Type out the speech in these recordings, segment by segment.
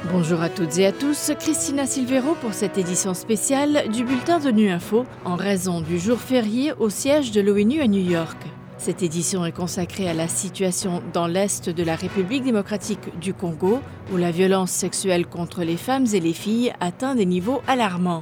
Bonjour à toutes et à tous, Christina Silvero pour cette édition spéciale du bulletin de Nu Info en raison du jour férié au siège de l'ONU à New York. Cette édition est consacrée à la situation dans l'Est de la République démocratique du Congo où la violence sexuelle contre les femmes et les filles atteint des niveaux alarmants.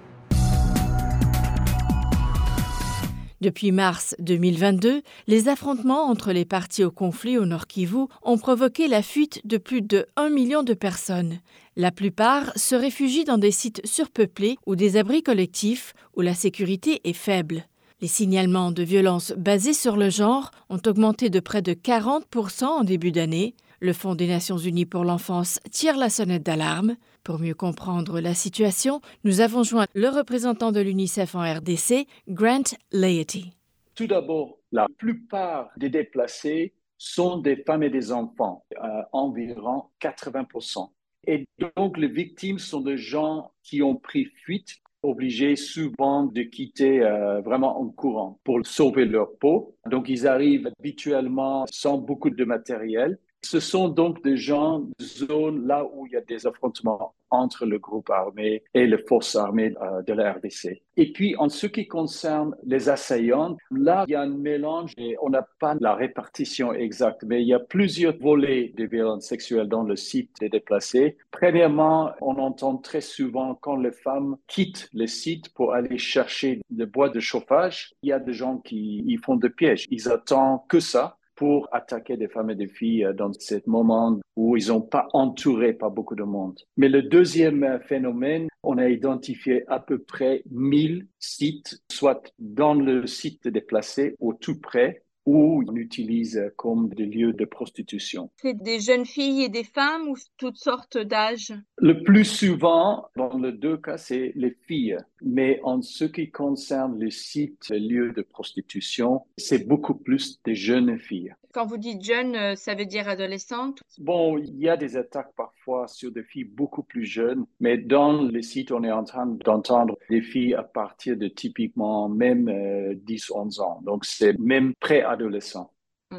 Depuis mars 2022, les affrontements entre les parties au conflit au Nord Kivu ont provoqué la fuite de plus de 1 million de personnes. La plupart se réfugient dans des sites surpeuplés ou des abris collectifs où la sécurité est faible. Les signalements de violences basées sur le genre ont augmenté de près de 40% en début d'année. Le Fonds des Nations Unies pour l'enfance tire la sonnette d'alarme. Pour mieux comprendre la situation, nous avons joint le représentant de l'UNICEF en RDC, Grant Laity. Tout d'abord, la plupart des déplacés sont des femmes et des enfants, environ 80%. Et donc, les victimes sont des gens qui ont pris fuite, obligés souvent de quitter vraiment en courant pour sauver leur peau. Donc, ils arrivent habituellement sans beaucoup de matériel. Ce sont donc des gens de zones là où il y a des affrontements entre le groupe armé et les forces armées de la RDC. Et puis, en ce qui concerne les assaillants, là, il y a un mélange et on n'a pas la répartition exacte, mais il y a plusieurs volets de violences sexuelles dans le site des déplacés. Premièrement, on entend très souvent quand les femmes quittent le site pour aller chercher le bois de chauffage, il y a des gens qui y font des pièges. Ils attendent que ça pour attaquer des femmes et des filles dans ce moment où ils n'ont pas entouré par beaucoup de monde. Mais le deuxième phénomène, on a identifié à peu près 1000 sites, soit dans le site déplacé ou tout près, où on utilise comme des lieux de prostitution. C'est des jeunes filles et des femmes ou toutes sortes d'âges? Le plus souvent, dans les deux cas, c'est les filles. Mais en ce qui concerne le site, le lieu de prostitution, c'est beaucoup plus des jeunes filles. Quand vous dites jeunes, ça veut dire adolescentes? Bon, il y a des attaques parfois sur des filles beaucoup plus jeunes, mais dans le site, on est en train d'entendre des filles à partir de typiquement même 10-11 ans. Donc, c'est même préadolescent.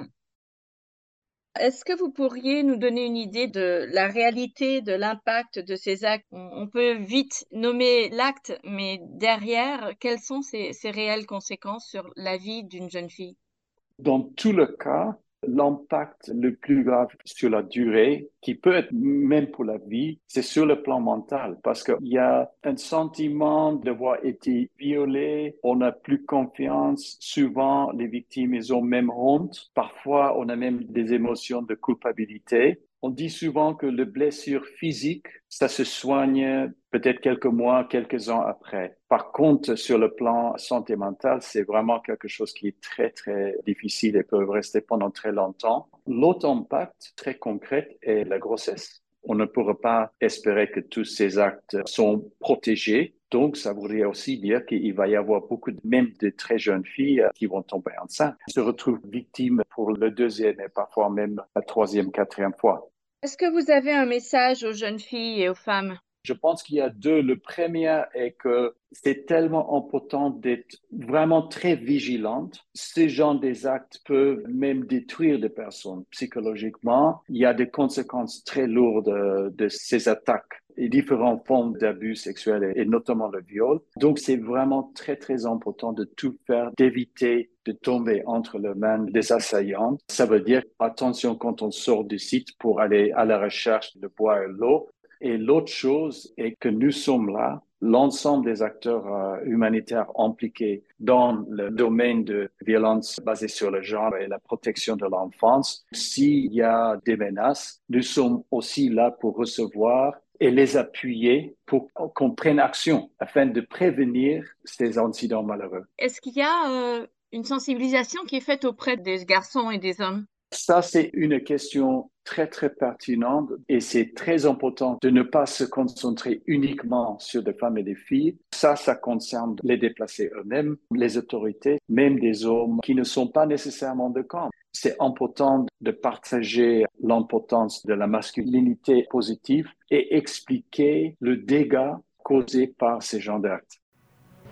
Est-ce que vous pourriez nous donner une idée de la réalité, de l'impact de ces actes? On peut vite nommer l'acte, mais derrière, quelles sont ces réelles conséquences sur la vie d'une jeune fille? Dans tout le cas, l'impact le plus grave sur la durée, qui peut être même pour la vie, c'est sur le plan mental, parce qu'il y a un sentiment d'avoir été violé, on n'a plus confiance, souvent les victimes, ils ont même honte, parfois on a même des émotions de culpabilité. On dit souvent que les blessures physiques, ça se soigne peut-être quelques mois, quelques ans après. Par contre, sur le plan santé mentale, c'est vraiment quelque chose qui est très, très difficile et peut rester pendant très longtemps. L'autre impact très concret est la grossesse. On ne pourra pas espérer que tous ces actes sont protégés. Donc, ça voudrait aussi dire qu'il va y avoir beaucoup, même de très jeunes filles qui vont tomber enceintes, se retrouvent victimes pour le deuxième et parfois même la troisième, quatrième fois. Est-ce que vous avez un message aux jeunes filles et aux femmes? Je pense qu'il y a deux. Le premier est que c'est tellement important d'être vraiment très vigilante. Ces genres des actes peuvent même détruire des personnes psychologiquement. Il y a des conséquences très lourdes de ces attaques et différentes formes d'abus sexuels et notamment le viol. Donc, c'est vraiment très, très important de tout faire, d'éviter de tomber entre les mains des assaillants. Ça veut dire attention quand on sort du site pour aller à la recherche de bois et l'eau. Et l'autre chose est que nous sommes là, l'ensemble des acteurs humanitaires impliqués dans le domaine de violence basée sur le genre et la protection de l'enfance. S'il y a des menaces, nous sommes aussi là pour recevoir et les appuyer pour qu'on prenne action afin de prévenir ces incidents malheureux. Est-ce qu'il y a une sensibilisation qui est faite auprès des garçons et des hommes? Ça, c'est une question très, très pertinente et c'est très important de ne pas se concentrer uniquement sur des femmes et des filles. Ça concerne les déplacés eux-mêmes, les autorités, même des hommes qui ne sont pas nécessairement de camp. C'est important de partager l'importance de la masculinité positive et expliquer le dégât causé par ces genres d'actes.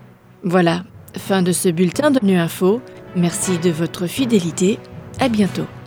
Voilà, fin de ce bulletin de Nu Info. Merci de votre fidélité. À bientôt.